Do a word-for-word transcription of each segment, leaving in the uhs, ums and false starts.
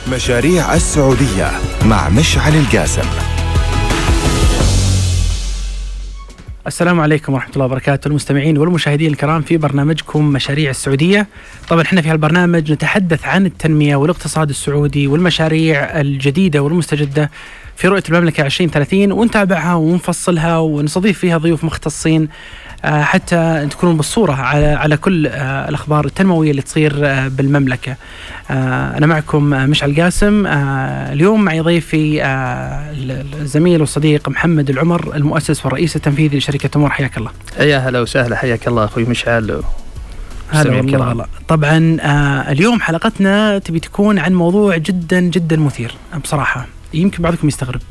مشاريع السعودية مع مشعل القاسم. السلام عليكم ورحمة الله وبركاته المستمعين والمشاهدين الكرام في برنامجكم مشاريع السعودية. طبعا احنا في هالبرنامج نتحدث عن التنمية والاقتصاد السعودي والمشاريع الجديدة والمستجدة في رؤية المملكة عشرين ثلاثين، ونتابعها ونفصلها ونستضيف فيها ضيوف مختصين حتى تكونون بالصورة على على كل الأخبار التنموية اللي تصير بالمملكة. أنا معكم مشعل القاسم. اليوم معي ضيفي الزميل والصديق محمد العمر، المؤسس والرئيس التنفيذي لشركة تمور. حياك الله. يا هلا وسهلا، حياك الله أخوي مشعل. هلا والله. طبعا اليوم حلقتنا تبي تكون عن موضوع جدا جدا مثير بصراحة، يمكن بعضكم يستغرب،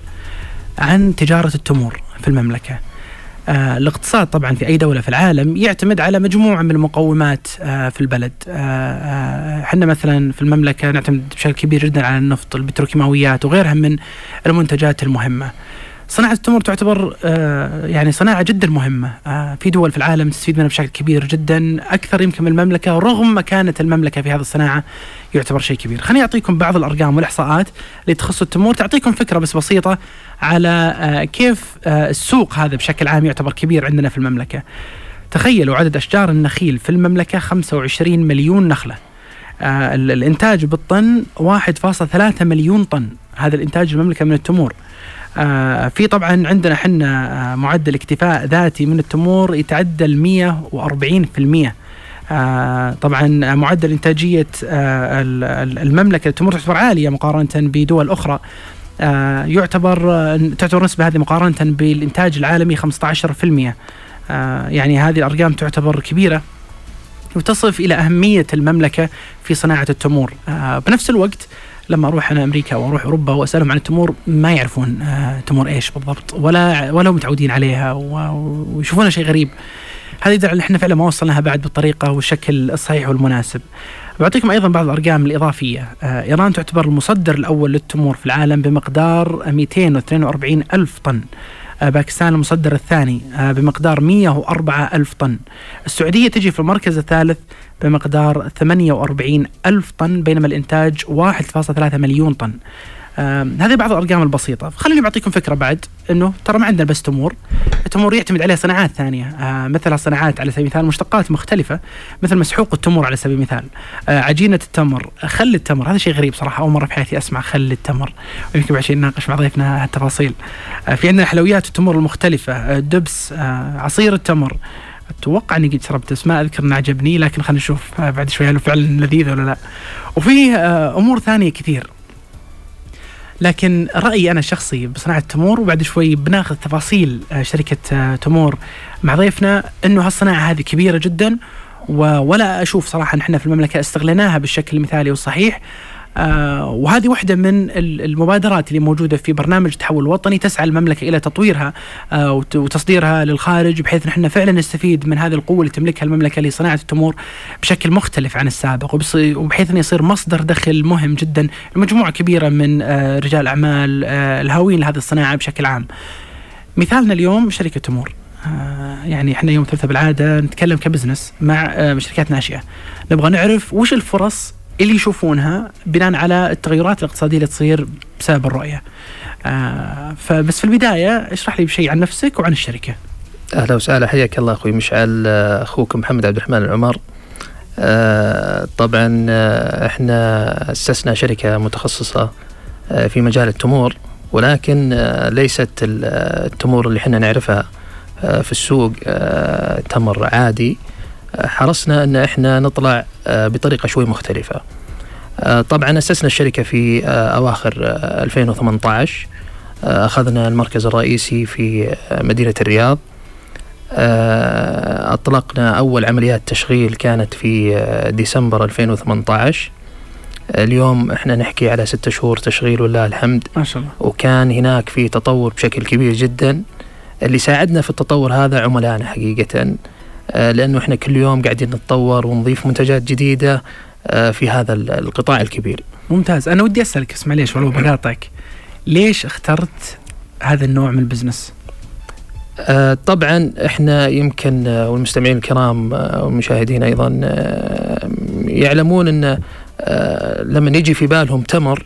عن تجارة التمور في المملكة. آه الاقتصاد طبعا في أي دولة في العالم يعتمد على مجموعة من المقومات آه في البلد. احنا آه مثلا في المملكة نعتمد بشكل كبير جدا على النفط، البتروكيماويات وغيرها من المنتجات المهمة. صناعة التمور تعتبر آه يعني صناعة جدا مهمة. آه في دول في العالم تستفيد منها بشكل كبير جدا، أكثر يمكن من المملكة، رغم مكانة المملكة في هذه الصناعة يعتبر شيء كبير. خليني أعطيكم بعض الأرقام والإحصاءات اللي تخص التمور تعطيكم فكرة بس بسيطة على آه كيف آه السوق هذا بشكل عام يعتبر كبير عندنا في المملكة. تخيلوا عدد أشجار النخيل في المملكة خمسة وعشرين مليون نخلة. آه الإنتاج بالطن واحد فاصلة ثلاثة مليون طن، هذا الإنتاج المملكة من التمور. آه في طبعا عندنا حنا آه معدل اكتفاء ذاتي من التمور يتعدى المية وأربعين في المية. آه طبعا معدل إنتاجية آه المملكة التمور تعتبر عالية مقارنة بدول أخرى. آه يعتبر آه تعتبر نسبة هذه مقارنة بالإنتاج العالمي خمسة عشر في المية. آه يعني هذه الأرقام تعتبر كبيرة وتصف إلى أهمية المملكة في صناعة التمور. آه بنفس الوقت لما أروح أنا أمريكا وأروح أوروبا وأسألهم عن التمور ما يعرفون آه تمور إيش بالضبط، ولا ولا متعودين عليها ويشوفونها شيء غريب. هذا يدل على إحنا فعلا ما وصلناها بعد بالطريقة والشكل الصحيح والمناسب. بعطيكم أيضا بعض الأرقام الإضافية. آه إيران تعتبر المصدر الأول للتمور في العالم بمقدار مئتين واثنين وأربعين ألف طن. آه باكستان المصدر الثاني آه بمقدار مئة وأربعة ألف طن. السعودية تجي في المركز الثالث بمقدار ثمانية وأربعين ألف طن، بينما الإنتاج واحد فاصلة ثلاثة مليون طن. آه هذه بعض الأرقام البسيطة. خليني بعطيكم فكرة بعد أنه ترى ما عندنا بس تمور، التمور يعتمد عليها صناعات ثانية. آه مثل الصناعات على سبيل المثال مشتقات مختلفة، مثل مسحوق التمور على سبيل المثال، آه عجينة التمر، خل التمر. هذا شيء غريب صراحة، أول مرة في حياتي أسمع خل التمر، ويمكن بعد شيء نناقش مع ضيفنا هالتفاصيل. آه في عندنا حلويات التمور المختلفة، آه دبس، آه عصير التمر. أتوقع أني قد شربت بس ما أذكر أنه عجبني، لكن خلينا نشوف آه بعد شوي هل فعلا لذيذ ولا لا. وفي آه أمور ثانية كثير، لكن رأيي أنا الشخصي بصناعة التمور، وبعد شوي بناخذ تفاصيل شركة تمور مع ضيفنا، أنه هالصناعة هذه كبيرة جدا، ولا أشوف صراحة نحن في المملكة استغلناها بالشكل المثالي والصحيح. آه وهذه واحدة من المبادرات اللي موجودة في برنامج التحول الوطني، تسعى المملكة إلى تطويرها آه وتصديرها للخارج، بحيث نحن فعلا نستفيد من هذه القوة اللي تملكها المملكة لصناعة التمور بشكل مختلف عن السابق، وبحيث أن يصير مصدر دخل مهم جدا لمجموعة كبيرة من آه رجال أعمال آه الهاوين لهذه الصناعة بشكل عام. مثالنا اليوم شركة تمور. آه يعني احنا يوم ثلاثة بالعادة نتكلم كبزنس مع آه شركات ناشئة، نبغى نعرف وش الفرص اللي يشوفونها بناء على التغيرات الاقتصادية اللي تصير بسبب الرؤية. آه فبس في البداية اشرح لي بشيء عن نفسك وعن الشركة. أهلا وسهلا، حياك الله أخوي مشعل. أخوك محمد عبد الرحمن العمر. آه طبعا آه احنا أسسنا شركة متخصصة آه في مجال التمور، ولكن آه ليست التمور اللي احنا نعرفها آه في السوق آه تمر عادي. حرصنا أن إحنا نطلع بطريقة شوي مختلفة. طبعا أسسنا الشركة في أواخر ألفين وثمانية عشر، أخذنا المركز الرئيسي في مدينة الرياض. أطلقنا أول عمليات تشغيل كانت في ديسمبر ألفين وثمانية عشر. اليوم إحنا نحكي على ستة شهور تشغيل والله الحمد ما شاء الله. وكان هناك في تطور بشكل كبير جدا. اللي ساعدنا في التطور هذا عملائنا حقيقة، لأنه إحنا كل يوم قاعدين نتطور ونضيف منتجات جديدة في هذا القطاع الكبير. ممتاز. أنا ودي أسألك، اسمع ليش ولو بقاطعك، ليش اخترت هذا النوع من البزنس؟ آه طبعا إحنا يمكن والمستمعين الكرام والمشاهدين أيضا آه يعلمون أن آه لما يجي في بالهم تمر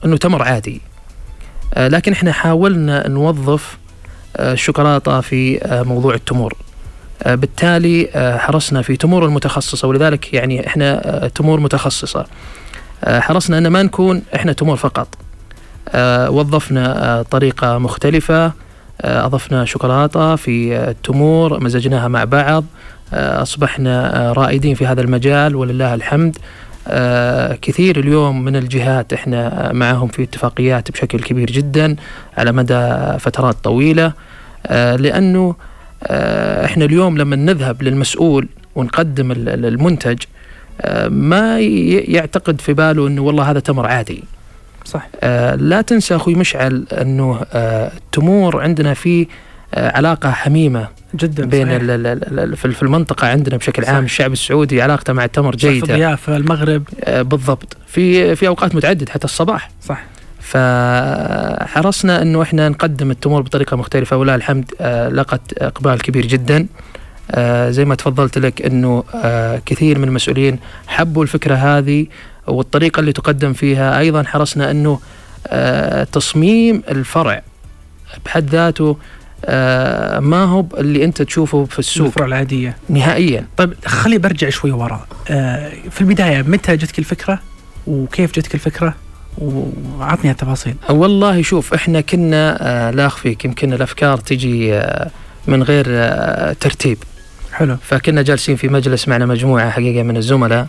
أنه تمر عادي، لكن إحنا حاولنا نوظف الشوكولاتة في موضوع التمور، بالتالي حرصنا في تمور المتخصصة، ولذلك يعني إحنا تمور متخصصة. حرصنا أن ما نكون إحنا تمور فقط، وظفنا طريقة مختلفة، أضفنا شوكولاتة في التمور، مزجناها مع بعض، أصبحنا رائدين في هذا المجال ولله الحمد. كثير اليوم من الجهات إحنا معهم في اتفاقيات بشكل كبير جدا على مدى فترات طويلة، لأنه إحنا اليوم لما نذهب للمسؤول ونقدم المنتج ما يعتقد في باله أنه والله هذا تمر عادي. صح. لا تنسى أخوي مشعل أنه التمور عندنا في علاقة حميمة جدا بين في المنطقة عندنا بشكل عام. صح. الشعب السعودي علاقته مع التمر جيدة في المغرب بالضبط، في في أوقات متعددة حتى الصباح. صح. فحرصنا أنه إحنا نقدم التمور بطريقة مختلفة، ولله الحمد لقت إقبال كبير جدا. زي ما تفضلت لك أنه كثير من المسؤولين حبوا الفكرة هذه والطريقة اللي تقدم فيها. أيضا حرصنا أنه تصميم الفرع بحد ذاته ما هو اللي أنت تشوفه في السوق الفرع العادية نهائيا. طيب خلي برجع شوي وراء. في البداية متى جتك الفكرة وكيف جتك الفكرة وعطني التفاصيل؟ والله شوف، إحنا كنا لا أخفيك يمكن الأفكار تجي من غير ترتيب. حلو. فكنا جالسين في مجلس معنا مجموعة حقيقة من الزملاء،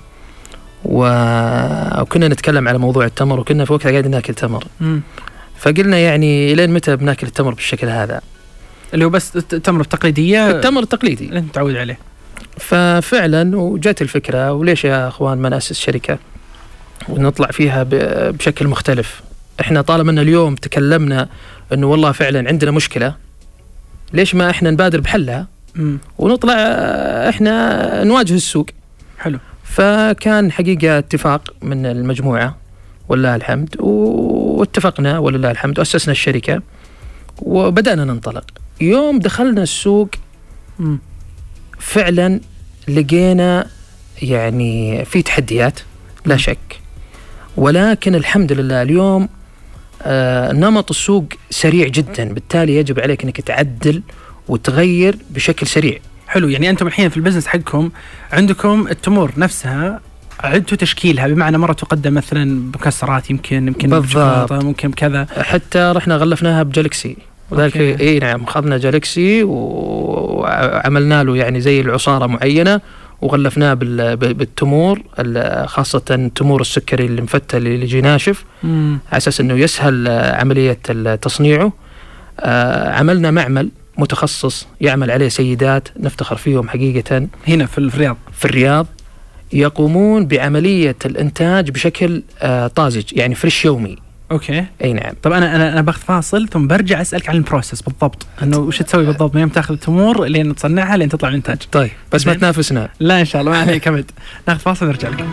وكنا نتكلم على موضوع التمر، وكنا في وقتها قاعدين ناكل تمر. م. فقلنا يعني لين متى بناكل التمر بالشكل هذا اللي هو بس التمر التقليدية، التمر التقليدي اللي انت متعود عليه. ففعلا وجات الفكرة، وليش يا أخوان ما نأسس شركة ونطلع فيها بشكل مختلف؟ إحنا طالما أن اليوم تكلمنا أنه والله فعلا عندنا مشكلة، ليش ما إحنا نبادر بحلها م. ونطلع إحنا نواجه السوق؟ حلو. فكان حقيقة اتفاق من المجموعة ولله الحمد، واتفقنا ولله الحمد وأسسنا الشركة وبدأنا ننطلق. يوم دخلنا السوق م. فعلا لقينا يعني في تحديات لا شك، ولكن الحمد لله اليوم آه نمط السوق سريع جدا، بالتالي يجب عليك أنك تعدل وتغير بشكل سريع. حلو. يعني أنتم الحين في البزنس حقكم عندكم التمور نفسها عدتوا تشكيلها، بمعنى مرة تقدم مثلا بمكسرات، يمكن يمكن بشوكولاتة، ممكن كذا، حتى رحنا غلفناها بجالكسي. وذلك اي نعم، اخذنا جالكسي وعملنا له يعني زي العصارة معينة وغلفناه بالتمور، خاصة التمور السكري اللي مفتل اللي يجي ناشف، على اساس انه يسهل عملية تصنيعه. عملنا معمل متخصص يعمل عليه سيدات نفتخر فيهم حقيقة هنا في الرياض في الرياض يقومون بعملية الإنتاج بشكل آه طازج، يعني فريش يومي. أوكي. أي نعم. طب أنا أنا أنا باخذ فاصل ثم برجع أسألك عن البروسيس بالضبط، إنه وش تسوي بالضبط من يوم تأخذ التمور لين تصنعها لين تطلع الإنتاج. طيب بس ما تنافسنا. لا إن شاء الله ما عليك أبد. ناخذ فاصل ونرجع لكم.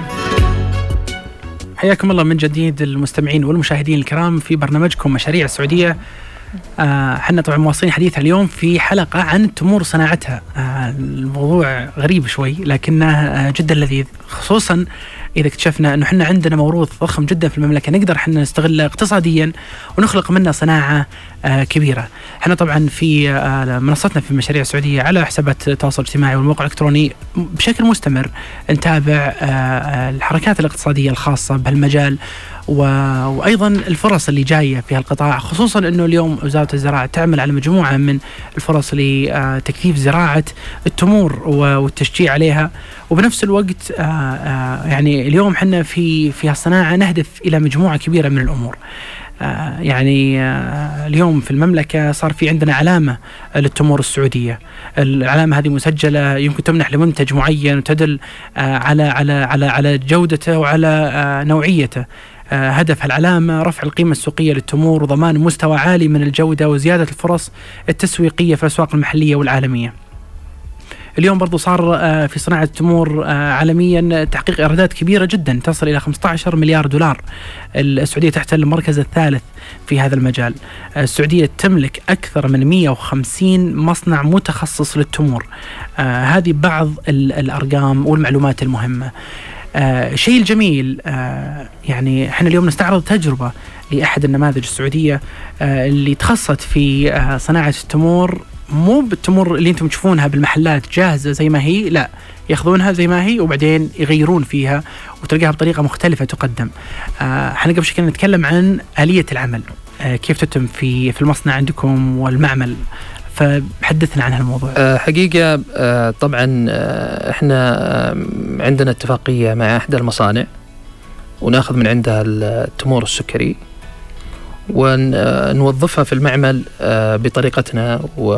حياكم الله من جديد المستمعين والمشاهدين الكرام في برنامجكم مشاريع السعودية. احنا آه طبعا مواصلين حديث اليوم في حلقة عن التمور وصناعتها. آه الموضوع غريب شوي لكنه آه جدا لذيذ، خصوصا إذا اكتشفنا أنه حنا عندنا موروث ضخم جدا في المملكة نقدر حنا نستغله اقتصاديا ونخلق منه صناعة آه كبيرة. حنا طبعا في آه منصتنا في مشاريع السعودية على حسابات التواصل الاجتماعي والموقع الإلكتروني بشكل مستمر نتابع آه الحركات الاقتصادية الخاصة بهالمجال، وأيضا الفرص اللي جاية في هالقطاع، خصوصا أنه اليوم وزارة الزراعة تعمل على مجموعة من الفرص لتكثيف زراعة التمور والتشجيع عليها، وبنفس الوقت يعني اليوم حنا في في هالصناعة نهدف إلى مجموعة كبيرة من الأمور. يعني اليوم في المملكة صار في عندنا علامة للتمور السعودية، العلامة هذه مسجلة يمكن تمنح لمنتج معين وتدل على على على على جودته وعلى نوعيته. هدف العلامة رفع القيمة السوقية للتمور وضمان مستوى عالي من الجودة وزيادة الفرص التسويقية في الأسواق المحلية والعالمية. اليوم برضو صار في صناعة التمور عالميا تحقيق إيرادات كبيرة جدا تصل إلى خمسة عشر مليار دولار. السعودية تحتل المركز الثالث في هذا المجال. السعودية تملك أكثر من مئة وخمسين مصنع متخصص للتمور. هذه بعض الأرقام والمعلومات المهمة. الشيء الجميل يعني احنا اليوم نستعرض تجربة لأحد النماذج السعودية اللي تخصصت في صناعة التمور، مو بالتمور اللي انتم تشوفونها بالمحلات جاهزة زي ما هي، لا، ياخذونها زي ما هي وبعدين يغيرون فيها وتلقاها بطريقة مختلفة تقدم. احنا قبل شوي نتكلم عن آلية العمل، كيف تتم في في المصنع عندكم والمعمل، فحدثنا عن هالموضوع. حقيقة طبعا احنا عندنا اتفاقية مع احدى المصانع وناخذ من عندها التمور السكري ونوظفها في المعمل بطريقتنا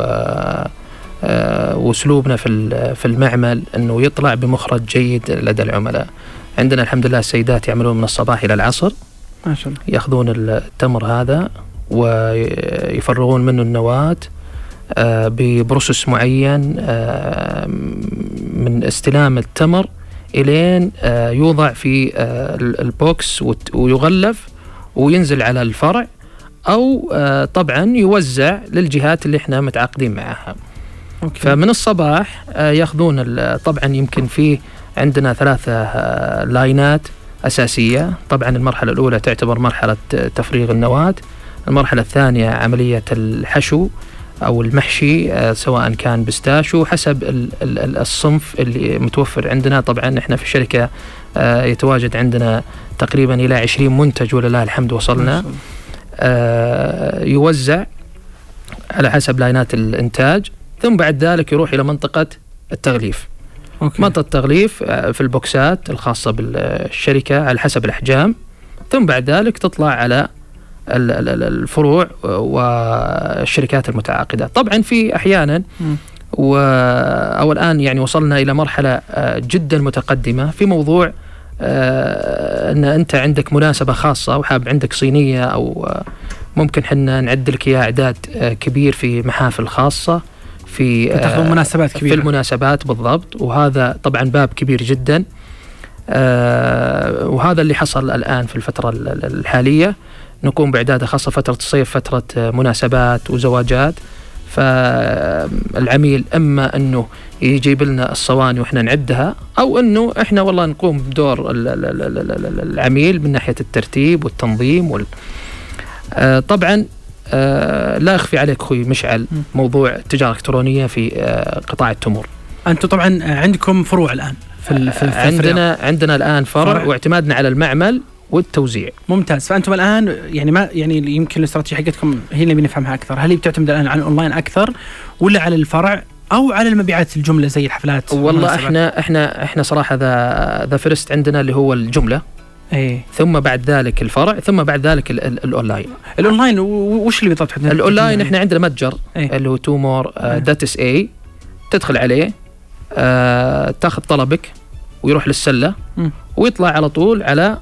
واسلوبنا في في المعمل انه يطلع بمخرج جيد لدى العملاء. عندنا الحمد لله السيدات يعملون من الصباح الى العصر ما شاء الله، ياخذون التمر هذا ويفرغون منه النواة ببروسس معين من استلام التمر الين يوضع في البوكس ويغلف وينزل على الفرع، أو طبعا يوزع للجهات اللي احنا متعاقدين معها. أوكي. فمن الصباح ياخذون طبعا يمكن في عندنا ثلاثة لاينات أساسية. طبعا المرحلة الأولى تعتبر مرحلة تفريغ النواة، المرحلة الثانية عملية الحشو أو المحشي سواء كان بستاشو حسب الصنف اللي متوفر عندنا. طبعا احنا في الشركة يتواجد عندنا تقريبا إلى عشرين منتج ولله الحمد وصلنا. يوزع على حسب لاينات الإنتاج، ثم بعد ذلك يروح إلى منطقة التغليف. أوكي. منطقة التغليف في البوكسات الخاصة بالشركة على حسب الأحجام، ثم بعد ذلك تطلع على الفروع والشركات المتعاقدة. طبعا في أحيانا و أو الآن يعني وصلنا إلى مرحلة جدا متقدمة في موضوع أن أنت عندك مناسبة خاصة وحاب عندك صينية، أو ممكن حنا نعد لك إياه إعداد كبير في محافل خاصة في تاخذون مناسبات كبيرة في المناسبات بالضبط، وهذا طبعا باب كبير جدا. وهذا اللي حصل الآن في الفترة الحالية، نقوم بإعدادها خاصة فترة الصيف، فترة مناسبات وزواجات. فالعميل أما أنه يجيب لنا الصواني وإحنا نعدها، أو أنه إحنا والله نقوم بدور العميل من ناحية الترتيب والتنظيم وال... طبعا لا أخفي عليك أخوي مشعل موضوع التجارة الإلكترونية في قطاع التمور. أنتم طبعا عندكم فروع الآن في, في, في عندنا الفريق. عندنا الآن فرع, فرع واعتمادنا على المعمل والتوزيع. ممتاز. فأنتم الآن يعني ما يعني يمكن الاستراتيجية حقتكم هي اللي بنفهمها أكثر، هل هي بتعتمد الآن على الأونلاين أكثر ولا على الفرع أو على المبيعات الجملة زي الحفلات؟ والله إحنا إحنا إحنا صراحة ذا ذا فرست عندنا اللي هو الجملة، ايه، ثم بعد ذلك الفرع، ثم بعد ذلك ال ال الأونلاين. الأونلاين وش اللي بالضبط؟ الأونلاين إحنا عندنا متجر ايه؟ اللي هو تومور داتس اي، تدخل عليه آه تاخذ طلبك ويروح للسلة م. ويطلع على طول على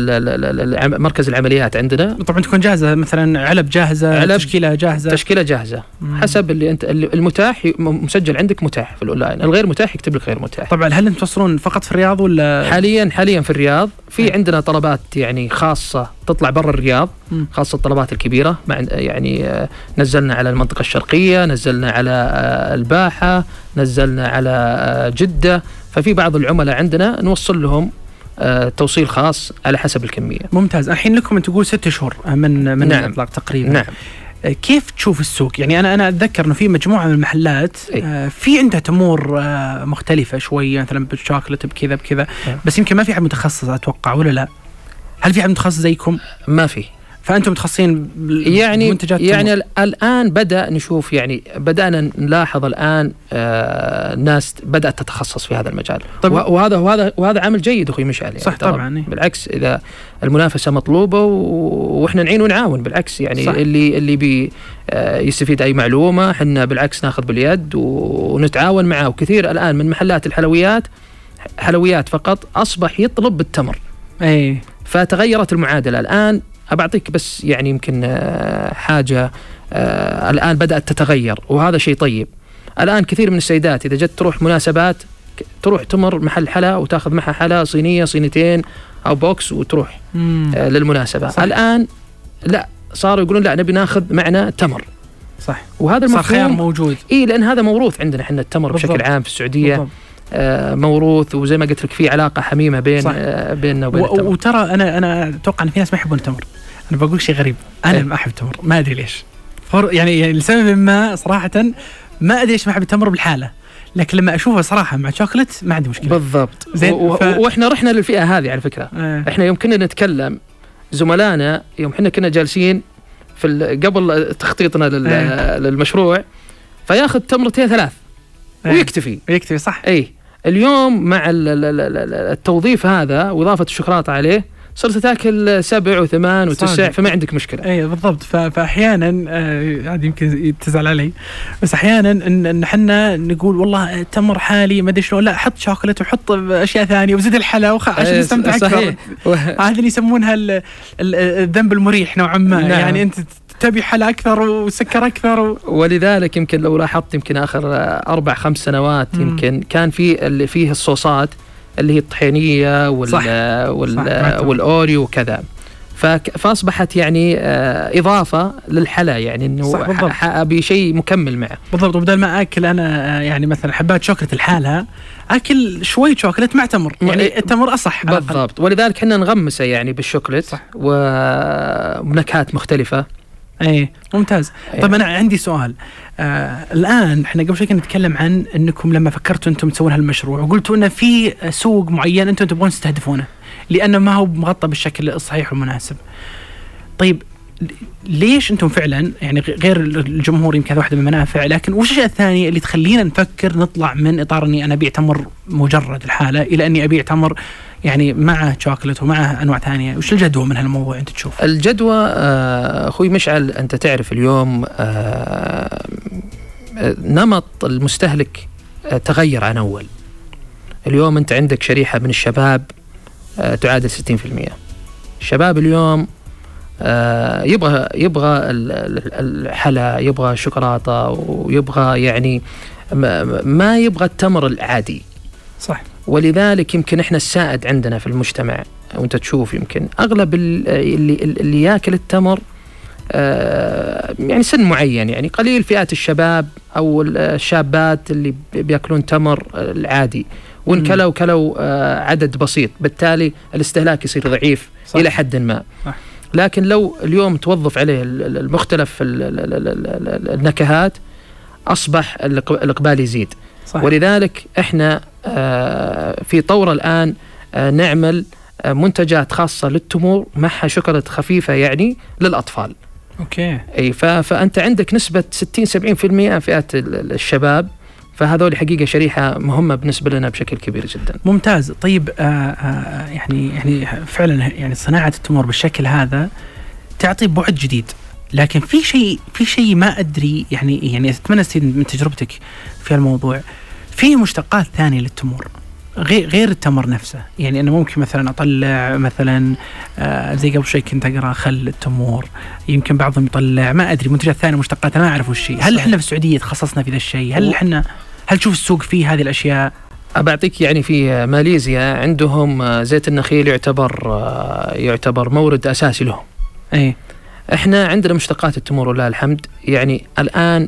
مركز العمليات عندنا. طبعا تكون جاهزة، مثلا علب جاهزة، علب تشكيلة جاهزة، تشكيلة جاهزة مم. حسب اللي انت المتاح مسجل عندك متاح في الأونلاين، الغير متاح يكتب لك غير متاح. طبعا هل انتم توصلون فقط في الرياض ولا؟ حاليا حاليا في الرياض. في مم. عندنا طلبات يعني خاصة تطلع برا الرياض، مم. خاصة الطلبات الكبيرة، مع يعني نزلنا على المنطقة الشرقية، نزلنا على الباحة، نزلنا على جدة. ففي بعض العملاء عندنا نوصل لهم توصيل خاص على حسب الكمية. ممتاز. الحين لكم أن تقول ست شهور من من نعم. الإطلاق تقريبا. نعم. كيف تشوف السوق؟ يعني أنا أنا أتذكر إنه في مجموعة من المحلات إيه؟ في عندها تمور مختلفة شوية، مثلا بالشوكولاتة بكذا بكذا، بس يمكن ما في حد متخصص أتوقع، ولا لا؟ هل في حد متخصص زيكم؟ ما في. فأنتم متخصصين يعني بمنتجات يعني تمور. الآن بدأ نشوف، يعني بدأنا نلاحظ الآن آه ناس بدأت تتخصص في هذا المجال. طيب وهذا وهذا وهذا عامل جيد أخوي مشعل. صح طبعا. بالعكس إذا المنافسة مطلوبة وإحنا نعين ونعاون، بالعكس يعني صح. اللي اللي بي آه يستفيد أي معلومة إحنا بالعكس ناخذ باليد ونتعاون معه. وكثير الآن من محلات الحلويات حلويات فقط أصبح يطلب بالتمر. أي. فتغيرت المعادلة الآن. أبعطيك بس يعني يمكن حاجة الآن بدأت تتغير، وهذا شيء طيب. الآن كثير من السيدات إذا جت تروح مناسبات تروح تمر محل حلا وتأخذ معها حلا صينية صينيتين أو بوكس وتروح مم. للمناسبة. صح. الآن لا، صاروا يقولون لا نبي ناخذ معنا تمر. صح. وهذا المفهوم خيار موجود. إيه، لأن هذا موروث عندنا إحنا التمر بالضبط. بشكل عام في السعودية بالضبط. موروث، وزي ما قلت لك في علاقة حميمة بين آه بيننا وبين التمر. وترى أنا أنا أتوقع أن في ناس ما يحبون التمر. انا بقول شيء غريب، انا إيه؟ ما احب التمر، ما ادري ليش، يعني يعني لسبب ما صراحه ما ادري ليش ما احب التمر بالحاله، لكن لما اشوفه صراحه مع شوكلت ما عندي مشكله. بالضبط. زين. و- ف... واحنا رحنا للفئه هذه على فكره. اه. احنا يوم كنا نتكلم زملائنا، يوم احنا كنا جالسين في ال... قبل تخطيطنا لل... اه. للمشروع، فياخذ تمرتين ثلاث اه. ويكتفي ويكتفي صح. اي اليوم مع التوظيف هذا واضافه الشوكولاته عليه صرت تاكل سبع وثمان وتسع، فما عندك مشكله. اي بالضبط. فاحيانا هذه آه يمكن تزعل علي، بس احيانا ان احنا نقول والله تمر حالي ما ادري شلون، لا حط شوكولاته وحط اشياء ثانيه وزيد الحلا وخ... عشان نستمتع اكثر. هذا اللي يسمونها الذنب المريح نوعا ما. نعم. يعني انت تبي حلا اكثر وسكر اكثر و... ولذلك يمكن لو لاحظت يمكن اخر اربع خمس سنوات يمكن م. كان في اللي فيه الصوصات اللي هي الطحينيه وال صح. وال صح. والاوريو وكذا، فاصبحت يعني اضافه للحلا، يعني انه ابي شيء مكمل معه. بالضبط. وبدل ما اكل انا يعني مثلا حبات شوكليت لحالها، اكل شوي شوكليت مع تمر، يعني التمر اصح. بالضبط. ولذلك احنا نغمسه يعني بالشوكليت ونكهات مختلفه. ايه ممتاز. أيه. طيب انا عندي سؤال. آه الان احنا قبل شوي كنا نتكلم عن انكم لما فكرتوا انتم تسوون هالمشروع وقلتوا انه في سوق معين انتم تبغون تستهدفونه لانه ما هو مغطى بالشكل الصحيح والمناسب. طيب ليش انتم فعلا يعني غير الجمهور يمكن هذا واحده من المنافع، لكن وش الشيء الثاني اللي تخلينا نفكر نطلع من اطار اني انا ابيع تمر مجرد الحاله الى اني ابيع تمر يعني معه شوكولات ومعه انواع ثانيه؟ وش الجدوى من هالموضوع انت تشوف؟ الجدوى آه اخوي مشعل، انت تعرف اليوم آه نمط المستهلك آه تغير عن اول. اليوم انت عندك شريحه من الشباب آه تعادل ستين بالمئة. الشباب اليوم آه يبغى يبغى الحلا، يبغى الشوكولاته، ويبغى يعني ما يبغى التمر العادي. صح. ولذلك يمكن احنا السائد عندنا في المجتمع، وانت تشوف يمكن اغلب اللي اللي ياكل التمر آه يعني سن معين، يعني قليل فئات الشباب او الشابات اللي بياكلون تمر العادي، وان كلوا كلوا آه عدد بسيط، بالتالي الاستهلاك يصير ضعيف. صح. الى حد ما. صح. لكن لو اليوم توظف عليه المختلف النكهات اصبح الاقبال يزيد. صح. ولذلك احنا في طورة الآن نعمل منتجات خاصة للتمور معها شوكولاتة خفيفة يعني للأطفال. أوكي. أي فأنت عندك نسبة ستين سبعين بالمئة فئة الشباب، فهذول حقيقة شريحة مهمة بالنسبة لنا بشكل كبير جدا. ممتاز. طيب آآ آآ يعني يعني فعلا يعني صناعة التمور بالشكل هذا تعطي بعد جديد، لكن في شيء في شيء ما أدري يعني يعني أتمنى استفيد من تجربتك في الموضوع. في مشتقات ثانية للتمور غير غير التمر نفسه، يعني أنا ممكن مثلا أطلع مثلا آه زي قبل شوي كنت أقرأ خل التمور، يمكن بعضهم يطلع ما أدري منتجات ثانية مشتقات أنا ما أعرف وش هي. هل إحنا في السعودية تخصصنا في ذا الشيء؟ هل إحنا هل تشوف السوق فيه هذه الأشياء؟ أبعطيك يعني في ماليزيا عندهم زيت النخيل يعتبر يعتبر مورد أساسي لهم. إيه. إحنا عندنا مشتقات التمور ولله الحمد، يعني الآن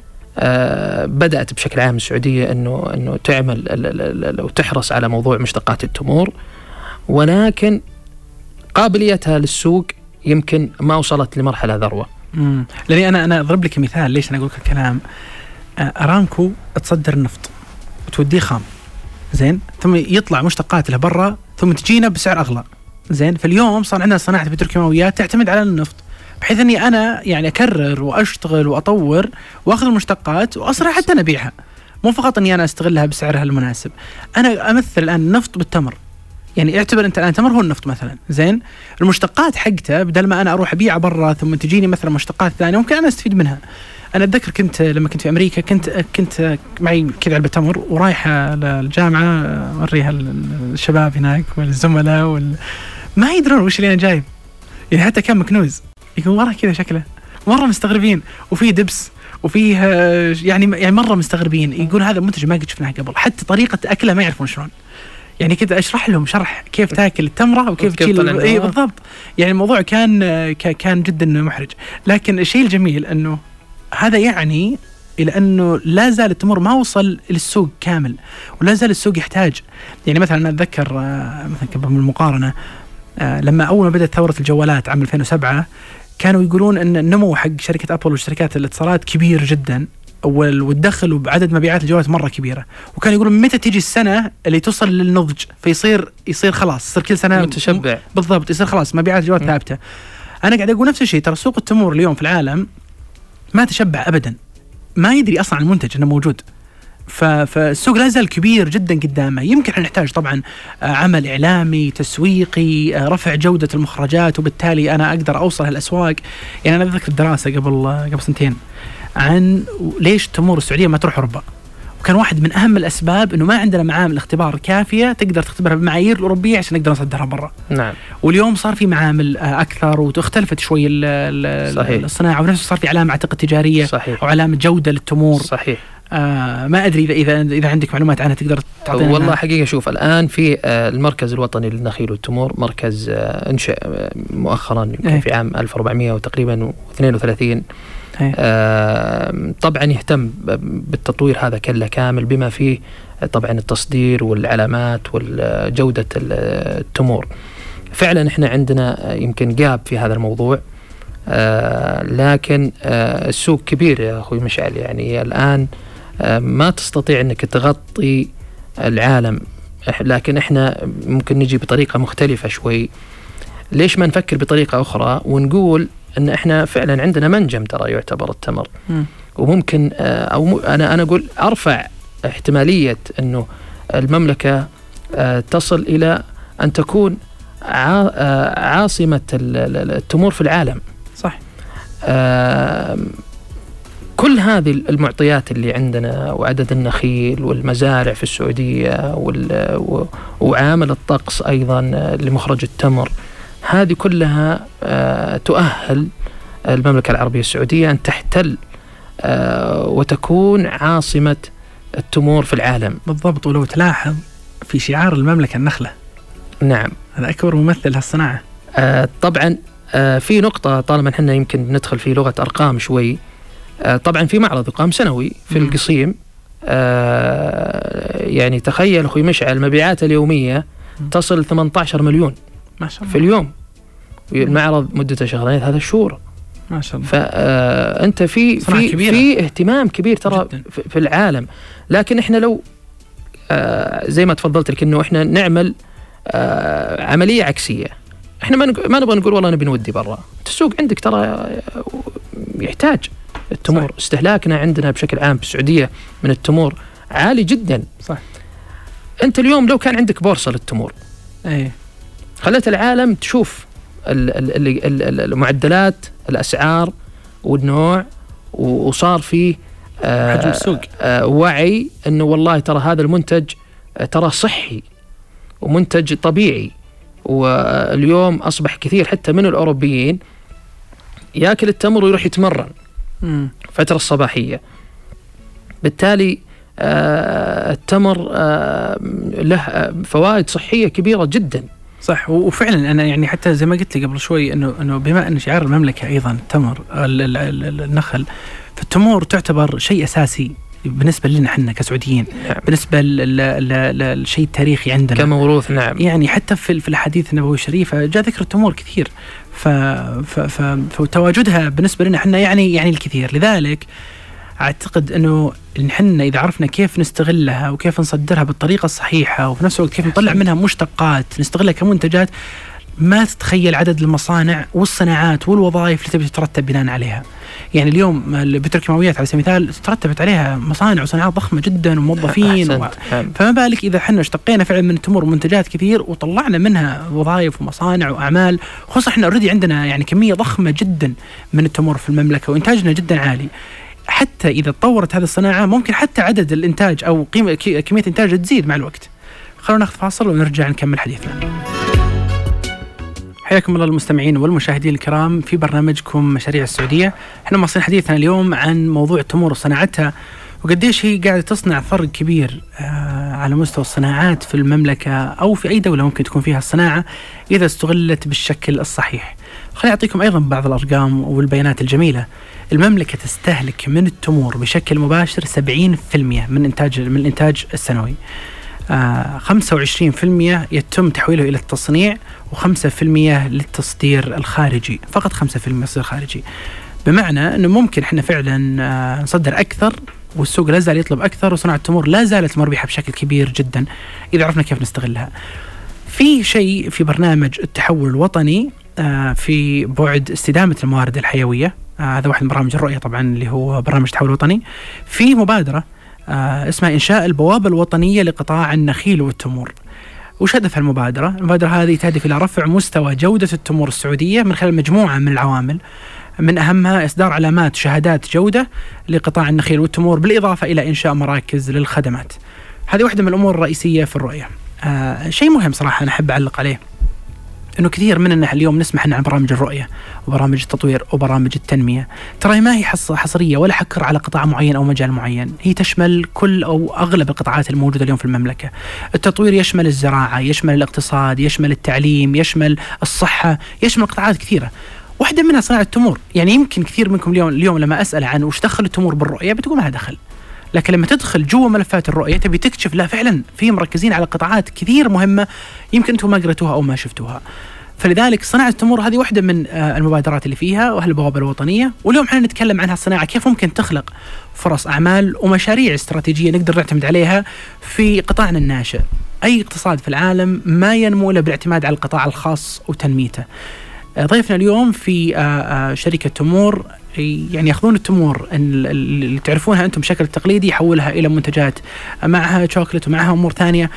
آه بدأت بشكل عام السعودية أنه أنه تعمل وتحرص على موضوع مشتقات التمور، ولكن قابليتها للسوق يمكن ما وصلت لمرحلة ذروة. امم لاني أنا أنا أضرب لك مثال ليش أنا أقول لك الكلام. أرامكو تصدر النفط وتوديه خام، زين، ثم يطلع مشتقات له برا ثم تجينا بسعر أغلى، زين. فاليوم صار عندنا صناعة البتروكيماويات تعتمد على النفط، بحيث اني انا يعني اكرر واشتغل واطور واخذ المشتقات واصرح حتى نبيعها، مو فقط اني انا استغلها بسعرها المناسب. انا امثل الان النفط بالتمر، يعني اعتبر انت الان تمر هو النفط مثلا، زين. المشتقات حقته بدل ما انا اروح ابيعها برا ثم تجيني مثلا مشتقات ثانيه ممكن انا استفيد منها. انا اتذكر كنت لما كنت في امريكا كنت كنت معي كذا علبه تمر ورايحه للجامعه اوريها الشباب هناك والزملاء وال... ما يدرون وش اللي انا جايب، يعني حتى كان مكنوز يكون مرة كذا شكله مرة مستغربين، وفيه دبس وفيه يعني يعني مرة مستغربين، يقول هذا منتج ما قد شفناه قبل، حتى طريقة أكله ما يعرفون شلون. يعني كده أشرح لهم شرح كيف تاكل التمرة وكيف تشيل. إيه بالضبط. يعني الموضوع كان كان جدا محرج، لكن الشيء الجميل أنه هذا يعني إلى أنه لا زال التمر ما وصل للسوق كامل، ولا زال السوق يحتاج. يعني مثلا أنا أتذكر مثلا قبل من المقارنة آه لما أول ما بدأت ثورة الجوالات عام ألفين وسبعة كانوا يقولون أن النمو حق شركة أبل وشركات الاتصالات كبير جدا، والدخل وعدد مبيعات الجوالات مرة كبيرة، وكان يقولون متى تيجي السنة اللي توصل للنضج فيصير يصير خلاص يصير كل سنة متشبع بالضبط، يصير خلاص مبيعات الجوالات ثابتة. أنا قاعد أقول نفس الشيء، ترى سوق التمور اليوم في العالم ما تشبع أبدا، ما يدري أصلا عن المنتج أنه موجود، فالسوق لا زال كبير جدا قدامه. يمكن احنا نحتاج طبعا عمل إعلامي تسويقي، رفع جودة المخرجات، وبالتالي أنا أقدر أوصل هالأسواق. يعني أنا أذكر دراسة قبل قبل سنتين عن ليش التمور السعودية ما تروح أوروبا، وكان واحد من أهم الأسباب إنه ما عندنا معامل اختبار كافية تقدر تختبرها بالمعايير الأوروبية عشان نقدر نصدرها برا. نعم. واليوم صار في معامل أكثر وتختلفت شوي الصناعة، ونفس صار في علامة أعتقد تجارية. صحيح. وعلامة جودة للتمور. صحيح. آه ما أدري إذا إذا إذا عندك معلومات عنها تقدر تعطينا. والله حقيقة شوف، الآن في آه المركز الوطني للنخيل والتمور، مركز آه انشأ آه مؤخرا يمكن ايه. في عام ألف وأربعمائة وتقريبا واثنين وثلاثين. آه طبعا يهتم بالتطوير هذا كله كامل، بما فيه طبعا التصدير والعلامات والجودة التمور. فعلا احنا عندنا يمكن جاب في هذا الموضوع، آه لكن آه السوق كبير يا أخوي مشعل. يعني الآن آه ما تستطيع أنك تغطي العالم، لكن احنا ممكن نجي بطريقة مختلفة شوي. ليش ما نفكر بطريقة أخرى ونقول أن إحنا فعلا عندنا منجم ترى يعتبر التمر، م. وممكن أو أنا أنا أقول أرفع احتمالية أنه المملكة تصل إلى أن تكون عاصمة التمور في العالم. صح. كل هذه المعطيات اللي عندنا، وعدد النخيل والمزارع في السعودية وعامل الطقس أيضا لمخرج التمر، هذه كلها تؤهل المملكة العربية السعودية أن تحتل وتكون عاصمة التمور في العالم. بالضبط. ولو تلاحظ في شعار المملكة النخلة. نعم. هذا أكبر ممثل هالصناعة. طبعا في نقطة طالما احنا يمكن ندخل في لغة أرقام شوي. طبعا في معرض يقام سنوي في م. القصيم. يعني تخيل أخوي مشعل مبيعات اليومية م. تصل ثمانية عشر مليون ما شاء الله في اليوم. المعرض مدته شهرين ثلاثة شهور ما شاء الله. فأنت في في كبيرة. في اهتمام كبير ترى جداً في العالم. لكن احنا لو زي ما تفضلت لك انه احنا نعمل عملية عكسية، احنا ما ما نبغى نقول والله نبي نودي برا. السوق عندك ترى يحتاج التمور. صح. استهلاكنا عندنا بشكل عام في السعودية من التمور عالي جدا. صح. انت اليوم لو كان عندك بورصة للتمور، ايه، خلت العالم تشوف المعدلات الأسعار والنوع، وصار فيه حجم السوق وعي انه والله ترى هذا المنتج ترى صحي ومنتج طبيعي. واليوم أصبح كثير حتى من الأوروبيين يأكل التمر ويروح يتمرن م. فترة الصباحية. بالتالي آه التمر آه له فوائد صحية كبيرة جدا. صح. وفعلا أنا يعني حتى زي ما قلت لي قبل شوي إنه إنه بما إن شعار المملكة أيضا التمر النخل، فالتمور تعتبر شيء أساسي بالنسبة لنا حنا كسعوديين. نعم. بالنسبة للشيء التاريخي عندنا كموروث. نعم. يعني حتى في في الحديث النبوي الشريف جاء ذكر التمور كثير، فتواجدها بالنسبة لنا حنا يعني يعني الكثير. لذلك أعتقد إنه نحن إذا عرفنا كيف نستغلها وكيف نصدرها بالطريقة الصحيحة، وفي نفس الوقت كيف نطلع منها مشتقات نستغلها كمنتجات، ما تتخيل عدد المصانع والصناعات والوظائف اللي تبي تترتب بناء عليها. يعني اليوم البتروكيماويات على سبيل المثال ترتبت عليها مصانع وصناعات ضخمة جدا وموظفين و... فما بالك إذا حنا اشتقينا فعلا من التمور منتجات كثير وطلعنا منها وظائف ومصانع وأعمال. خصوصا احنا اوريدي عندنا يعني كمية ضخمة جدا من التمور في المملكة وإنتاجنا جدا عالي. حتى إذا تطورت هذه الصناعة ممكن حتى عدد الإنتاج أو قيمة كمية إنتاج تزيد مع الوقت. خلونا ناخذ فاصل ونرجع نكمل حديثنا. حياكم الله المستمعين والمشاهدين الكرام في برنامجكم مشاريع السعودية. احنا مواصلين حديثنا اليوم عن موضوع التمور وصناعتها، وقديش هي قاعدة تصنع فرق كبير على مستوى الصناعات في المملكة أو في أي دولة ممكن تكون فيها الصناعة إذا استغلت بالشكل الصحيح. خليني أعطيكم أيضا بعض الأرقام والبيانات الجميلة. المملكة تستهلك من التمور بشكل مباشر سبعين بالمئة من إنتاج من الإنتاج السنوي. آه خمسة وعشرين بالمئة يتم تحويله إلى التصنيع، وخمسة بالمئة للتصدير الخارجي، فقط خمسة بالمئة تصدير خارجي. بمعنى أنه ممكن إحنا فعلا آه نصدر أكثر، والسوق لا زال يطلب أكثر، وصناعة التمور لا زالت مربحة بشكل كبير جدا إذا عرفنا كيف نستغلها. في شيء في برنامج التحول الوطني آه في بعد استدامة الموارد الحيوية، آه هذا واحد من برامج الرؤية طبعا اللي هو برنامج التحول الوطني، في مبادرة آه اسمها إنشاء البوابة الوطنية لقطاع النخيل والتمور. وش هدف المبادرة؟ المبادرة هذه تهدف إلى رفع مستوى جودة التمور السعودية من خلال مجموعة من العوامل، من أهمها إصدار علامات شهادات جودة لقطاع النخيل والتمور، بالإضافة إلى إنشاء مراكز للخدمات. هذه واحدة من الأمور الرئيسية في الرؤية. آه شيء مهم صراحة أنا أحب أعلق عليه، إنه كثير مننا اليوم نسمع عن برامج الرؤية وبرامج التطوير وبرامج التنمية، ترى ما هي حصرية ولا حكر على قطاع معين أو مجال معين، هي تشمل كل أو أغلب القطاعات الموجودة اليوم في المملكة. التطوير يشمل الزراعة، يشمل الاقتصاد، يشمل التعليم، يشمل الصحة، يشمل قطاعات كثيرة. واحدة منها صناعة التمور. يعني يمكن كثير منكم اليوم اليوم لما أسأل عن وش دخل التمور بالرؤية بتقول ما لها دخل، لكن لما تدخل جوا ملفات الرؤية تبي تكتشف لا فعلا في مركزين على قطاعات كثير مهمة يمكن أنتم ما قرأتوها أو ما شفتوها. فلذلك صناعة التمور هذه واحدة من المبادرات اللي فيها وأهل البوابة الوطنية، واليوم احنا نتكلم عنها الصناعة كيف ممكن تخلق فرص أعمال ومشاريع استراتيجية نقدر نعتمد عليها في قطاعنا الناشئ. أي اقتصاد في العالم ما ينمو إلا بالاعتماد على القطاع الخاص وتنميته. ضيفنا اليوم في شركة تمور يعني ياخذون التمور اللي تعرفونها أنتم بشكل تقليدي يحولها إلى منتجات معها شوكولات ومعها أمور ثانية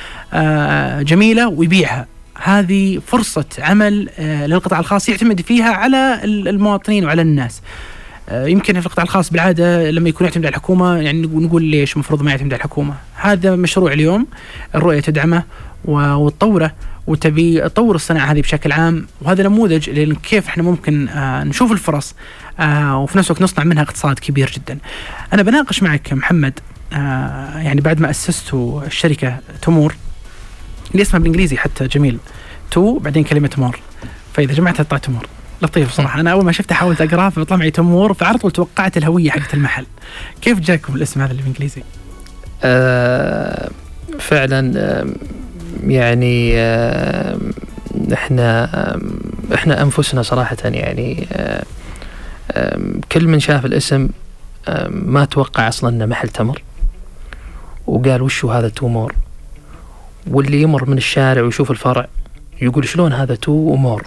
جميلة ويبيعها. هذه فرصة عمل للقطاع الخاص يعتمد فيها على المواطنين وعلى الناس. يمكن في القطاع الخاص بالعادة لما يكون يعتمد على الحكومة يعني نقول ليش مفروض ما يعتمد على الحكومة. هذا مشروع اليوم الرؤية تدعمه وتطوره وتبي تطور الصناعة هذه بشكل عام، وهذا نموذج لكيف احنا ممكن آه نشوف الفرص آه وفي نفس الوقت نصنع منها اقتصاد كبير جدا. أنا بناقش معك محمد آه يعني بعد ما أسستوا الشركة تمور اللي اسمها بالإنجليزي حتى جميل تو بعدين كلمة مور، فإذا جمعتها تطلع تمور لطيف صراحة. أنا أول ما شفتها حاولت أقرأ فبطلع معي تمور، فعلى طول توقعت الهوية حقت المحل. كيف جاكم الاسم هذا اللي بالإنجليزي؟ آه فعلا آه يعني آه احنا آه احنا انفسنا صراحة يعني آه آه كل من شاف الاسم آه ما توقع اصلا انه محل تمر، وقال وشو هذا تومور، واللي يمر من الشارع ويشوف الفرع يقول شلون هذا تو ومور،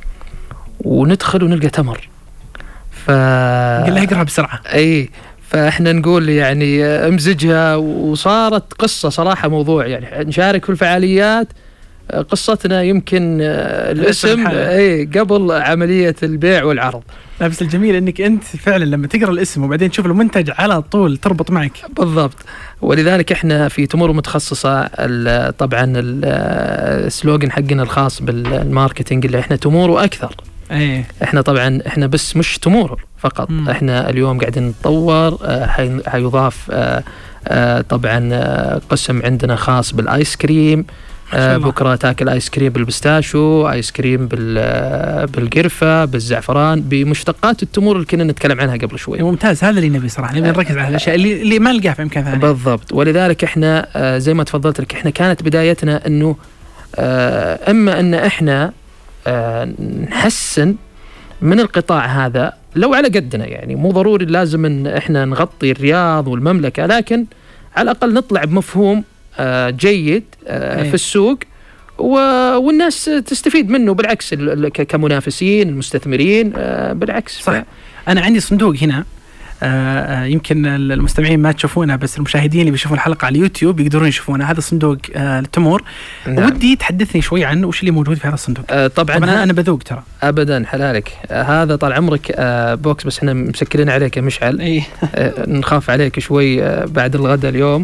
وندخل ونلقى تمر. ف قال له اقرأ بسرعة. اي فاحنا نقول يعني امزجها، وصارت قصة صراحة موضوع يعني نشارك في الفعاليات. قصتنا يمكن الاسم اي قبل عملية البيع والعرض. لا بس الجميل انك انت فعلا لما تقرأ الاسم وبعدين تشوف المنتج على طول تربط معك. بالضبط. ولذلك احنا في تمور متخصصة طبعا السلوغن حقنا الخاص بالماركتينج اللي احنا تمور واكثر. ايه احنا طبعا احنا بس مش تمور فقط. مم. احنا اليوم قاعدين نتطور. اه حيضاف اه اه طبعا اه قسم عندنا خاص بالايس كريم. آه بكرة تاكل آيس كريم بالبستاشو، آيس كريم بالقرفة، بالزعفران، بمشتقات التمور اللي كنا نتكلم عنها قبل شوي. ممتاز، هذا اللي نبي صراحة، نبي نركز على الأشياء اللي, اللي ما نلقاها في إمكان ثاني. بالضبط. ولذلك إحنا آه زي ما تفضلت لك، إحنا كانت بدايتنا إنه آه إما إن إحنا آه نحسن من القطاع هذا لو على قدنا، يعني مو ضروري لازم إن إحنا نغطي الرياض والمملكة، لكن على الأقل نطلع بمفهوم آه جيد آه في السوق والناس تستفيد منه. بالعكس كمنافسين المستثمرين آه بالعكس. صح. أنا عندي صندوق هنا آه يمكن المستمعين ما تشوفونه، بس المشاهدين اللي بيشوفون الحلقة على اليوتيوب يقدرون يشوفونه. هذا صندوق آه التمور. نعم. ودي تحدثني شوي عنه وش اللي موجود في هذا الصندوق. آه طبعا, طبعاً أنا بذوق ترى. أبدا حلالك. آه هذا طال عمرك آه بوكس، بس احنا مسكرين عليك يا مشعل. أيه. آه نخاف عليك شوي آه بعد الغداء اليوم.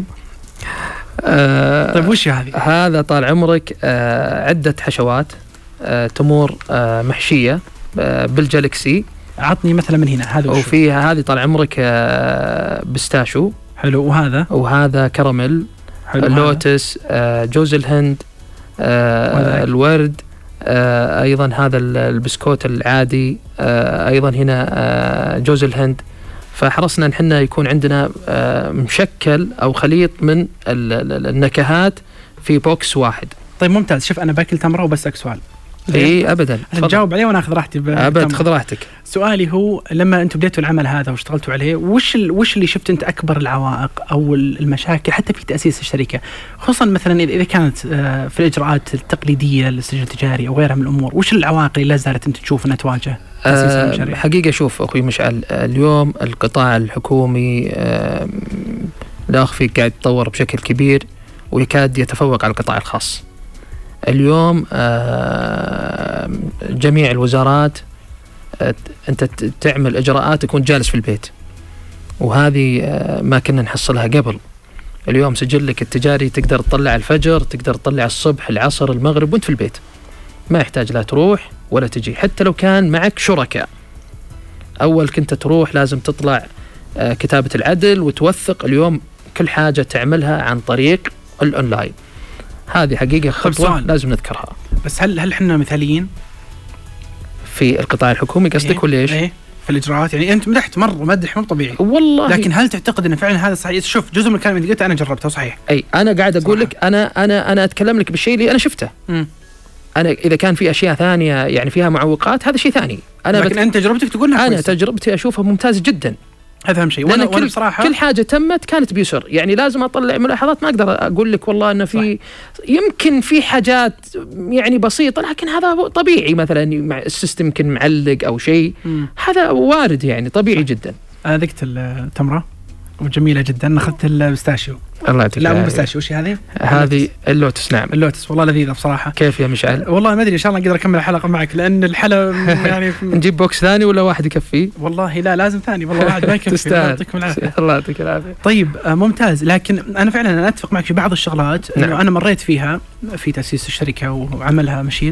آه طيب وش هذه؟ هذا طال عمرك آه عدة حشوات آه تمور آه محشية آه بالجالكسي. عطني مثلا من هنا. هذا وش؟ وفيها هذه طال عمرك آه بستاشو. حلو. وهذا وهذا كراميل. حلو. اللوتس آه جوز الهند آه الورد آه أيضا هذا البسكوت العادي آه أيضا هنا آه جوز الهند. فحرصنا نحن يكون عندنا مشكل أو خليط من النكهات في بوكس واحد. طيب ممتاز. شوف أنا باكل تمرة وبسألك سؤال. اي ابدا نجاوب عليه وانا اخذ راحتي. ابد خذ راحتك. سؤالي هو لما انتم بديتوا العمل هذا واشتغلتوا عليه وش ال... وش اللي شفت انت اكبر العوائق او المشاكل حتى في تاسيس الشركه، خصوصا مثلا اذا كانت في الاجراءات التقليديه للسجل التجاري او غيرها من الامور، وش العوائق اللي لا زالت انت تشوف انها تواجه تاسيس أه المشاريع؟ حقيقه شوف اخوي مشعل، اليوم القطاع الحكومي أه لا اخفيك قاعد يتطور بشكل كبير ويكاد يتفوق على القطاع الخاص. اليوم جميع الوزارات أنت تعمل إجراءاتك وأنت جالس في البيت، وهذه ما كنا نحصلها قبل. اليوم سجلك التجاري تقدر تطلع الفجر، تقدر تطلع الصبح، العصر، المغرب وأنت في البيت، ما يحتاج لا تروح ولا تجي. حتى لو كان معك شركاء، أول كنت تروح لازم تطلع كتابة العدل وتوثق، اليوم كل حاجة تعملها عن طريق الأونلاين. هذه حقيقة خطوة لازم نذكرها. بس هل هل احنا مثاليين في القطاع الحكومي قصدك إيه؟ ولا ايش؟ إيه؟ في الإجراءات يعني أنت مدحت مرة مدح مو طبيعي والله، لكن هل تعتقد أن فعلا هذا صحيح؟ شوف جزء من الكلام اللي قلته أنا جربته صحيح. أي أنا قاعد أقول لك أنا أنا أنا أتكلم لك بالشيء اللي أنا شفته. م. أنا إذا كان في أشياء ثانية يعني فيها معوقات هذا شيء ثاني. أنا لكن بت... أنت تجربتك تقول أنا كويسة. تجربتي أشوفها ممتازة جدا. هذا أهم شيء. وأنا, وأنا بصراحة كل حاجة تمت كانت بيسر، يعني لازم أطلع ملاحظات، ما أقدر أقول لك والله أن في يمكن في حاجات يعني بسيطة، لكن هذا طبيعي. مثلا مع السيستم يمكن معلق أو شيء، هذا وارد يعني طبيعي جدا. أنا ذقت التمرة وجميلة جدا، أخذت البستاشيو. الله يعطيك. لا مو بستاشيو، وش هذه؟ هذه اللوتس. نعم اللوتس، والله لذيذة بصراحة. كيف يا مشعل؟ والله ما أدري إن شاء الله أقدر أكمل الحلقة معك، لأن الحلقة يعني نجيب بوكس ثاني ولا واحد يكفي؟ والله لا لازم ثاني، والله واحد ما يكفي. تستاهل. الله يعطيك العافية. طيب ممتاز. لكن أنا فعلا أنا أتفق معك في بعض الشغلات إنه نعم. أنا مريت فيها في تأسيس الشركة وعملها مشير،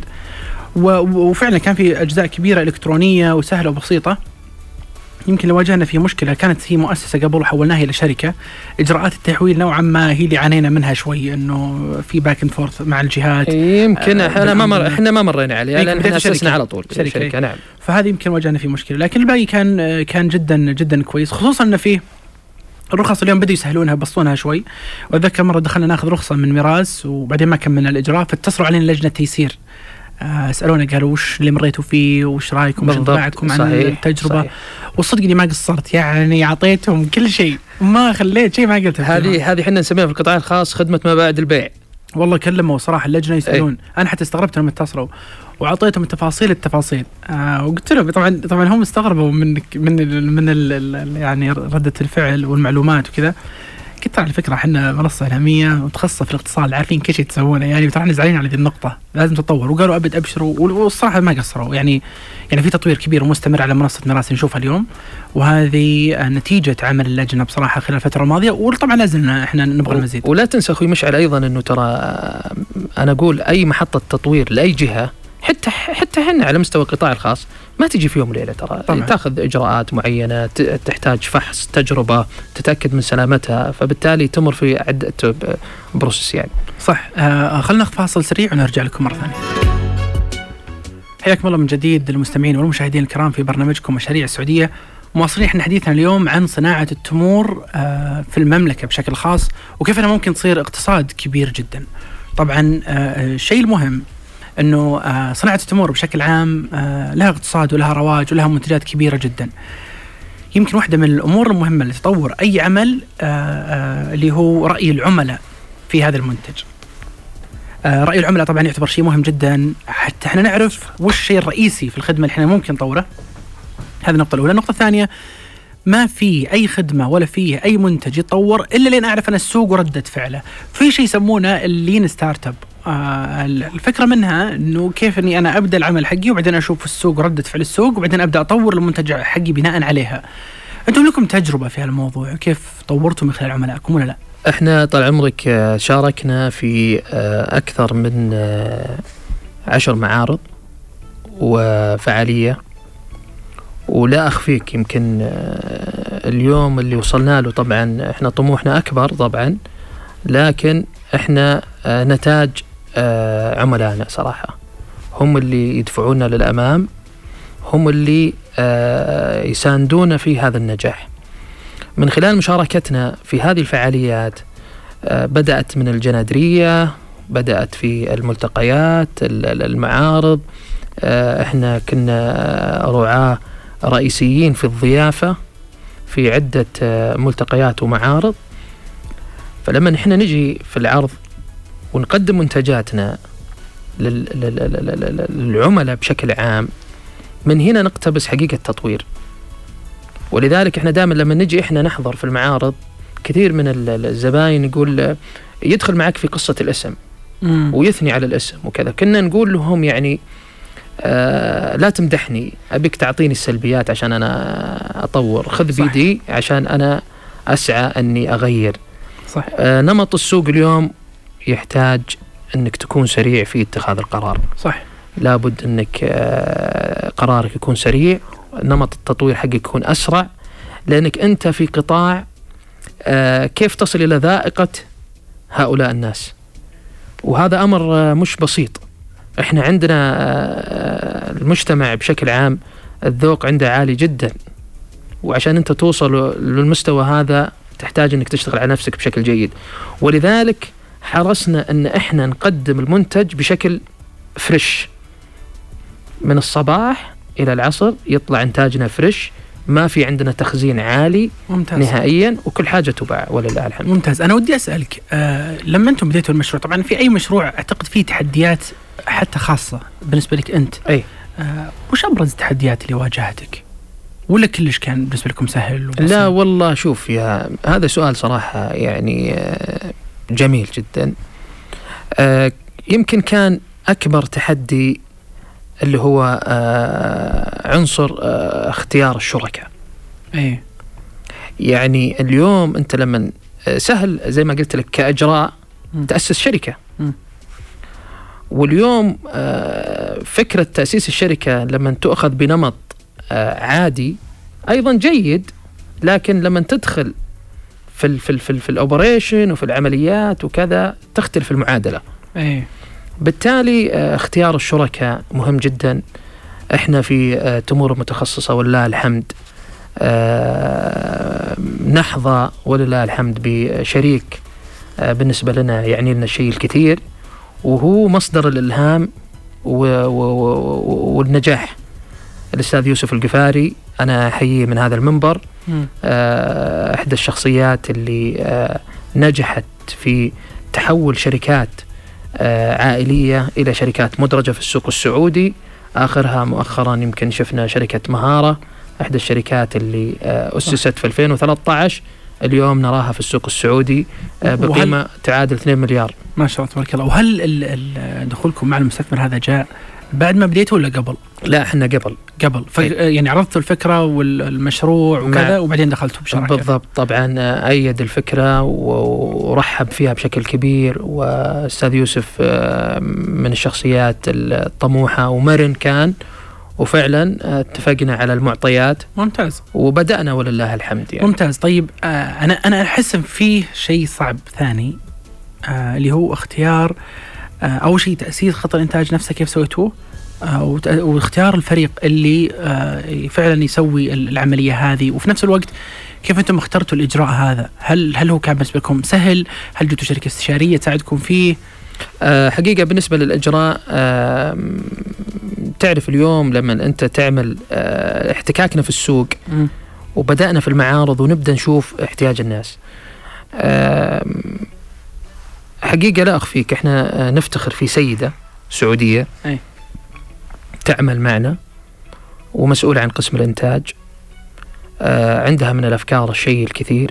وفعلا كان في أجزاء كبيرة إلكترونية وسهلة وبسيطة. يمكن لو واجهنا في مشكلة، كانت هي مؤسسة قبل وحولناها إلى شركة، إجراءات التحويل نوعا ما هي اللي عانينا منها شوي، إنه في باك اند فورث مع الجهات. يمكن آه احنا ما مر احنا ما مرينا عليها لأن احنا أسسنا على طول شركة, شركة. نعم. فهذه يمكن واجهنا في مشكلة، لكن الباقي كان كان جدا جدا كويس، خصوصا إنه فيه الرخص اليوم بدوا يسهلونها بسطونها شوي. وأتذكر مرة دخلنا ناخذ رخصة من ميراث وبعدين ما كملنا الإجراء، فاتصلوا علينا لجنة تيسير، سألونا قالوا وش اللي مريتوا فيه وش رأيكم وش انطباعكم عن التجربة. صحيح. والصدق اني ما قصرت، يعني اعطيتهم كل شيء، ما خليت شيء ما قلته. هذه هذه احنا نسميها في القطاع الخاص خدمة ما بعد البيع. والله كلموا صراحة اللجنة يسألون. أي. انا حتى استغربت لما اتصلوا وعطيتهم التفاصيل التفاصيل آه وقلت لهم طبعا طبعا هم استغربوا من من ال من ال يعني ردة الفعل والمعلومات وكذا. قلت على فكرة احنا منصة إعلامية متخصصة في الاقتصاد، عارفين كل شيء تسوونه، يعني ترى احنا زعلانين على هذه النقطة، لازم تتطور. وقالوا أبد أبشروا، والصراحة ما قصروا، يعني يعني في تطوير كبير ومستمر على منصة ميراث نشوفها اليوم، وهذه نتيجة عمل اللجنة بصراحة خلال الفترة الماضية، وطبعا لازلنا احنا نبغى المزيد. ولا تنسى أخوي مشعل أيضا أنه ترى أنا أقول أي محطة تطوير لأي جهة، حتى حتى هنا على مستوى القطاع الخاص ما تجي في يوم وليلة، ترى طبعا. تاخذ إجراءات معينة، تحتاج فحص، تجربة، تتأكد من سلامتها، فبالتالي تمر في عدة بروسس يعني. صح. آه خلنا ناخذ فاصل سريع ونرجع لكم مرة ثانية. حياكم الله من جديد المستمعين والمشاهدين الكرام في برنامجكم مشاريع السعودية. مواصلين احنا حديثنا اليوم عن صناعة التمور آه في المملكة بشكل خاص، وكيف أنها ممكن تصير اقتصاد كبير جدا. طبعا آه الشيء المهم أنه آه صناعة التمور بشكل عام آه لها اقتصاد ولها رواج ولها منتجات كبيرة جدا. يمكن واحدة من الأمور المهمة لتطور أي عمل آه آه اللي هو رأي العملاء في هذا المنتج. آه رأي العملاء طبعا يعتبر شيء مهم جدا، حتى احنا نعرف وش الشيء الرئيسي في الخدمة اللي احنا ممكن نطوره. هذه النقطة الأولى. النقطة الثانية، ما في أي خدمة ولا فيه أي منتج يتطور إلا لين أعرف أنا السوق وردة فعله. في شيء يسمونه اللين ستارت اب. آه الفكرة منها إنه كيف إني أنا أبدأ العمل حقي وبعدين أشوف السوق وردة فعل السوق وبعدين أبدأ أطور المنتج حقي بناء عليها. أنتم لكم تجربة في هالموضوع، كيف طورتوا من خلال عملائكم ولا لا؟ إحنا طال عمرك شاركنا في أكثر من عشر معارض وفعالية، ولا أخفيك يمكن اليوم اللي وصلنا له طبعا إحنا طموحنا أكبر طبعا، لكن إحنا نتاج عملائنا صراحة، هم اللي يدفعونا للأمام، هم اللي يساندونا في هذا النجاح. من خلال مشاركتنا في هذه الفعاليات بدأت من الجنادرية بدأت في الملتقيات المعارض. احنا كنا رعاة رئيسيين في الضيافة في عدة ملتقيات ومعارض. فلما نحن نجي في العرض ونقدم منتجاتنا للعملاء بشكل عام، من هنا نقتبس حقيقة تطوير. ولذلك احنا دائما لما نجي احنا نحضر في المعارض، كثير من الزباين يقول يدخل معك في قصة الاسم مم. ويثني على الاسم وكذا. كنا نقول لهم يعني آه لا تمدحني، أبيك تعطيني السلبيات عشان أنا أطور، خذ صح. بيدي عشان أنا أسعى أني أغير. صح. آه نمط السوق اليوم يحتاج أنك تكون سريع في اتخاذ القرار. صح. لابد أنك آه قرارك يكون سريع، نمط التطوير حقك يكون أسرع، لأنك أنت في قطاع آه كيف تصل إلى ذائقة هؤلاء الناس، وهذا أمر آه مش بسيط. احنا عندنا آه المجتمع بشكل عام الذوق عنده عالي جدا، وعشان انت توصل للمستوى هذا تحتاج انك تشتغل على نفسك بشكل جيد. ولذلك حرصنا ان احنا نقدم المنتج بشكل فريش، من الصباح الى العصر يطلع انتاجنا فريش، ما في عندنا تخزين عالي. ممتاز. نهائيا، وكل حاجة تباع ولله الحمد. ممتاز. أنا ودي أسألك آه لما أنتم بديتوا المشروع، طبعا في أي مشروع أعتقد فيه تحديات حتى خاصة بالنسبة لك أنت. أي. آه وش أبرز التحديات اللي واجهتك؟ ولا كلش كان بالنسبة لكم سهل وبسيط؟ لا والله شوف، يا هذا سؤال صراحة يعني آه جميل جدا. آه يمكن كان أكبر تحدي اللي هو آه عنصر آه اختيار الشركاء. ايه. يعني اليوم انت لما سهل زي ما قلت لك كاجراء م. تاسس شركه م. واليوم آه فكره تاسيس الشركه لما تؤخذ بنمط آه عادي ايضا جيد، لكن لما تدخل في ال في ال في, ال في الاوبريشن وفي العمليات وكذا تختلف المعادله. ايه. بالتالي اختيار الشركاء مهم جدا. احنا في تمور المتخصصة ولله الحمد نحظى ولله الحمد بشريك بالنسبة لنا يعني لنا الشيء الكثير، وهو مصدر الإلهام والنجاح، الأستاذ يوسف القفاري. أنا أحييه من هذا المنبر، أحد الشخصيات اللي نجحت في تحول شركات عائلية إلى شركات مدرجة في السوق السعودي. آخرها مؤخرا يمكن شفنا شركة مهارة، أحد الشركات اللي أسست في ألفين وثلاثة عشر، اليوم نراها في السوق السعودي بقيمة تعادل اثنين مليار. ما شاء الله تبارك الله. وهل دخولكم مع المستثمر هذا جاء بعد ما بديتوا ولا قبل؟ لا احنا قبل قبل ف... يعني عرضتوا الفكرة والمشروع وكذا وبعدين دخلتوا بشراكة. بالضبط. طبعا أيد الفكرة ورحب فيها بشكل كبير، وأستاذ يوسف من الشخصيات الطموحة ومرن كان، وفعلا اتفقنا على المعطيات. ممتاز. وبدأنا ولله الحمد يعني. ممتاز. طيب أنا أنا أحس فيه شيء صعب ثاني اللي هو اختيار أول شيء تأسيس خط الإنتاج نفسه، كيف سويتوه، واختيار الفريق اللي فعلا يسوي العملية هذه، وفي نفس الوقت كيف أنتم اخترتوا الإجراء هذا؟ هل هل هو كان بالنسبة لكم سهل؟ هل جبتوا شركة استشارية تساعدكم فيه؟ أه حقيقة بالنسبة للإجراء أه تعرف اليوم لما أنت تعمل أه احتكاكنا في السوق م. وبدأنا في المعارض ونبدأ نشوف احتياج الناس. أه حقيقة لا أخفيك إحنا نفتخر في سيدة سعودية أي. تعمل معنا ومسؤولة عن قسم الإنتاج. آه عندها من الأفكار الشيء الكثير.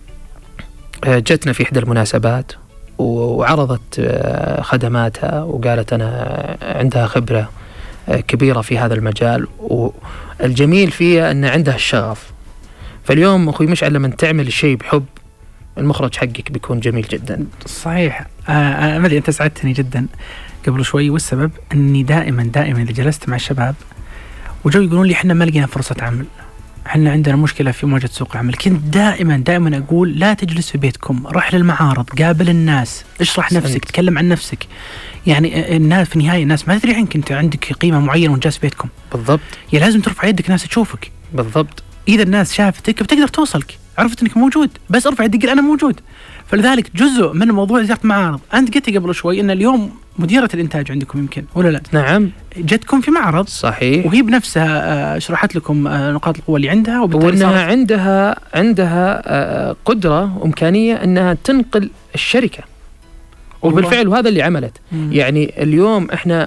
آه جتنا في إحدى المناسبات وعرضت آه خدماتها وقالت أنا عندها خبرة آه كبيرة في هذا المجال، والجميل فيها أن عندها الشغف. فاليوم أخوي مشعل لما تعمل الشيء بحب المخرج حقك بيكون جميل جدا. صحيح. آه ما أدري أنت سعدتني جدا قبل شوي، والسبب أني دائما دائما إذا جلست مع الشباب وجو يقولون لي إحنا ما لقينا فرصة عمل، إحنا عندنا مشكلة في مواجهة سوق العمل، كنت دائما دائما أقول لا تجلس في بيتكم، رح للمعارض، قابل الناس، اشرح نفسك، تكلم عن نفسك. يعني الناس في النهاية الناس ما تدري عنك، أنت عندك قيمة معينة وانت جالس في بيتكم. بالضبط. يا لازم ترفع يدك ناس تشوفك. بالضبط. اذا الناس شافتك بتقدر توصلك، عرفت انك موجود، بس ارفع يدك انا موجود. فلذلك جزء من موضوع زيارة معارض، انت قلت قبل شوي ان اليوم مديرة الانتاج عندكم يمكن ولا لا؟ نعم جتكم في معرض صحيح، وهي بنفسها شرحت لكم نقاط القوة اللي عندها، وانها عندها عندها قدرة وامكانية انها تنقل الشركة، وبالفعل وهذا اللي عملت. مم. يعني اليوم احنا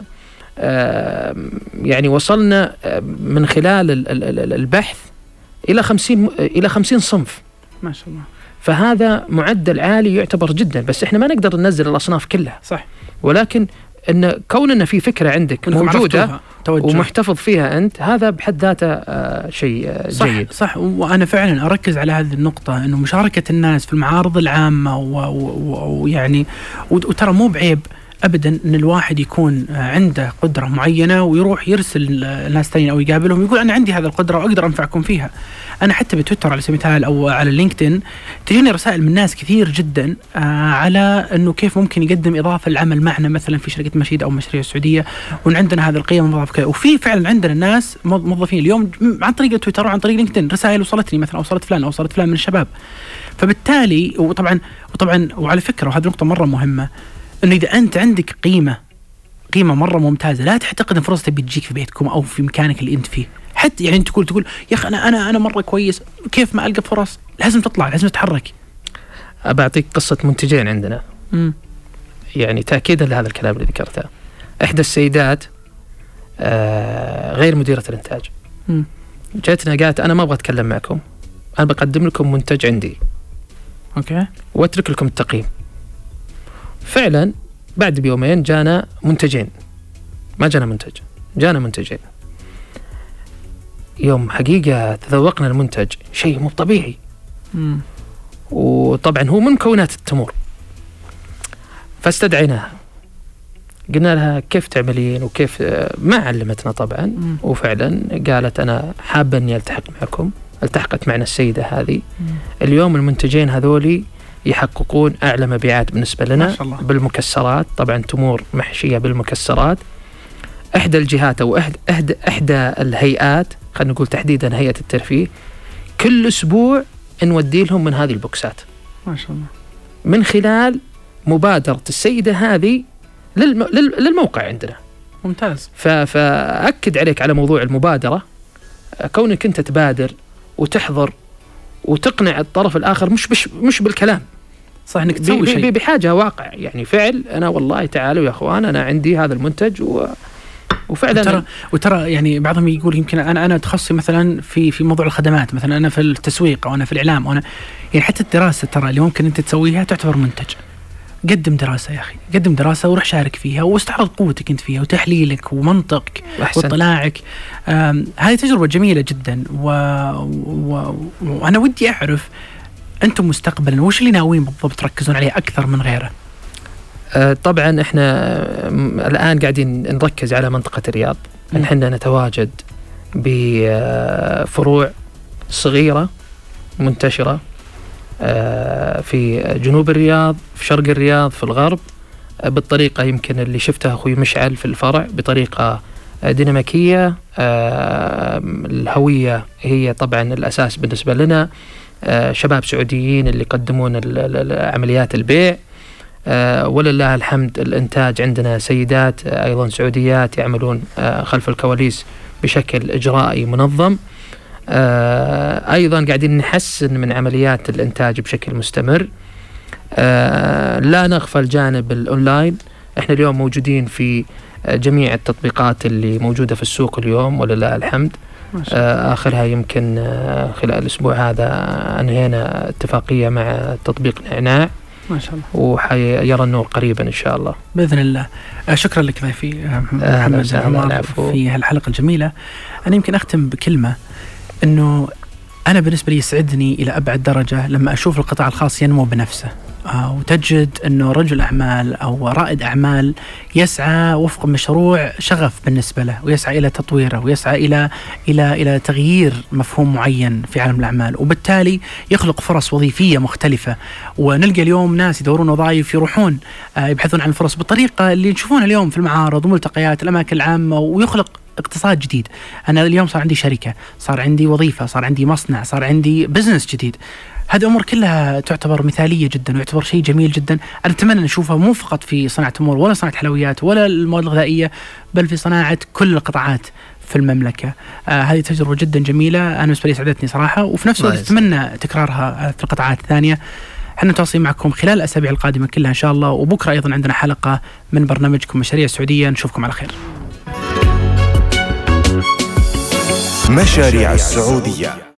يعني وصلنا من خلال البحث الى خمسين الى خمسين صنف ما شاء الله. فهذا معدل عالي يعتبر جدا، بس احنا ما نقدر ننزل الاصناف كلها صح، ولكن ان كوننا في فكره عندك موجوده ومحتفظ فيها انت، هذا بحد ذاته آه شيء آه صح جيد. صح. وانا فعلا اركز على هذه النقطه، انه مشاركه الناس في المعارض العامه ويعني وترى مو بعيب ابدا ان الواحد يكون عنده قدره معينه ويروح يرسل الناس ثانيين او يقابلهم يقول انا عندي هذه القدره واقدر انفعكم فيها. انا حتى بتويتر على سبيل المثال او على لينكدين تجيني رسائل من ناس كثير جدا على انه كيف ممكن يقدم اضافه للعمل معنا مثلا في شركه مشيد او مشاريع السعوديه، وان عندنا هذه القيم المضافه كذا. وفي فعلا عندنا ناس موظفين اليوم عن طريق تويتر وعن طريق لينكدين رسائل وصلتني مثلا، اوصلت فلان او وصلت فلان من الشباب. فبالتالي وطبعا وطبعا وعلى فكره وهذه نقطه مره مهمه، انه اذا انت عندك قيمه قيمه مره ممتازه لا تعتقد ان فرصتك بتجيك في بيتكم او في مكانك اللي انت فيه. حتى يعني انت تقول تقول يا اخي انا انا انا مره كويس، كيف ما القى فرص؟ لازم تطلع، لازم تتحرك. أبعطيك قصه منتجين عندنا م. يعني تاكيدا لهذا الكلام اللي ذكرته. احدى السيدات آه غير مديره الانتاج م. جاتنا قالت انا ما ابغى اتكلم معكم، انا بقدم لكم منتج عندي اوكي واترك لكم التقييم. فعلا بعد بيومين جانا منتجين، ما جانا منتج، جانا منتجين. يوم حقيقة تذوقنا المنتج شيء مو طبيعي. مم. وطبعا هو من مكونات التمور. فاستدعيناها قلنا لها كيف تعملين وكيف، ما علمتنا طبعا. مم. وفعلا قالت أنا حابة أني ألتحق معكم. التحقت معنا السيدة هذه. مم. اليوم المنتجين هذولي يحققون أعلى مبيعات بالنسبة لنا بالمكسرات. طبعا تمور محشية بالمكسرات. إحدى الجهات أو إحدى, إحدى, إحدى الهيئات، خلينا نقول تحديدا هيئة الترفيه، كل أسبوع نودي لهم من هذه البوكسات ما شاء الله من خلال مبادرة السيدة هذه للم... للموقع عندنا. ممتاز. ف... فأكد عليك على موضوع المبادرة، كونك أنت تبادر وتحضر وتقنع الطرف الآخر مش بش مش بالكلام، صح انك تسوي شيء بحاجة واقع، يعني فعل. أنا والله تعالوا يا أخوان أنا عندي هذا المنتج و... وفعلا وترى, وترى يعني بعضهم يقول يمكن أنا أنا تخصصي مثلا في في موضوع الخدمات، مثلا أنا في التسويق أو أنا في الإعلام، وأنا يعني حتى الدراسة ترى اللي ممكن أنت تسويها تعتبر منتج. قدم دراسة يا أخي، قدم دراسة وروح شارك فيها واستعرض قوتك أنت فيها وتحليلك ومنطقك واطلاعك. هذه تجربة جميلة جدا و... و... وأنا ودي أعرف أنتم مستقبلا وش اللي ناويين بالضبط تركزون عليه أكثر من غيره؟ طبعا احنا الآن قاعدين نركز على منطقة الرياض. احنا نتواجد بفروع صغيرة منتشرة في جنوب الرياض، في شرق الرياض، في الغرب، بالطريقة يمكن اللي شفتها أخوي مشعل في الفرع، بطريقة ديناميكية. الهوية هي طبعا الأساس بالنسبة لنا. شباب سعوديين اللي يقدمون عمليات البيع، أه ولله الحمد. الإنتاج عندنا سيدات أه أيضا سعوديات يعملون أه خلف الكواليس بشكل إجرائي منظم. أه أيضا قاعدين نحسن من عمليات الإنتاج بشكل مستمر. أه لا نغفل جانب الأونلاين. إحنا اليوم موجودين في جميع التطبيقات اللي موجودة في السوق اليوم ولله الحمد. أه آخرها يمكن أه خلال الأسبوع هذا أنهينا اتفاقية مع تطبيق نعناع ما شاء الله، وحيرى النور قريبا إن شاء الله بإذن الله. شكرا لك ضيفي محمد عمار في هالحلقة الجميلة. أنا يمكن أختم بكلمة، أنه أنا بالنسبة لي يسعدني إلى أبعد درجة لما أشوف القطاع الخاص ينمو بنفسه، وتجد أنه رجل أعمال أو رائد أعمال يسعى وفق مشروع شغف بالنسبة له، ويسعى إلى تطويره، ويسعى إلى إلى إلى تغيير مفهوم معين في عالم الأعمال، وبالتالي يخلق فرص وظيفية مختلفة. ونلقى اليوم ناس يدورون وظائف يروحون يبحثون عن الفرص بالطريقة اللي نشوفونها اليوم في المعارض وملتقيات الأماكن العامة، ويخلق اقتصاد جديد. أنا اليوم صار عندي شركة، صار عندي وظيفة، صار عندي مصنع، صار عندي بزنس جديد. هذه أمور كلها تعتبر مثالية جدا ويعتبر شيء جميل جدا. أنا أتمنى أن نشوفها مو فقط في صناعة تمور ولا صناعة حلويات ولا المواد الغذائية، بل في صناعة كل القطاعات في المملكة. آه هذه تجربة جدا جميلة، أنا بالنسبة لي سعدتني صراحة، وفي نفس الوقت أتمنى تكرارها في القطاعات الثانية. احنا نتواصل معكم خلال الأسابيع القادمة كلها إن شاء الله، وبكرة أيضا عندنا حلقة من برنامجكم مشاريع السعودية. نشوفكم على خير. مشاريع السعودية.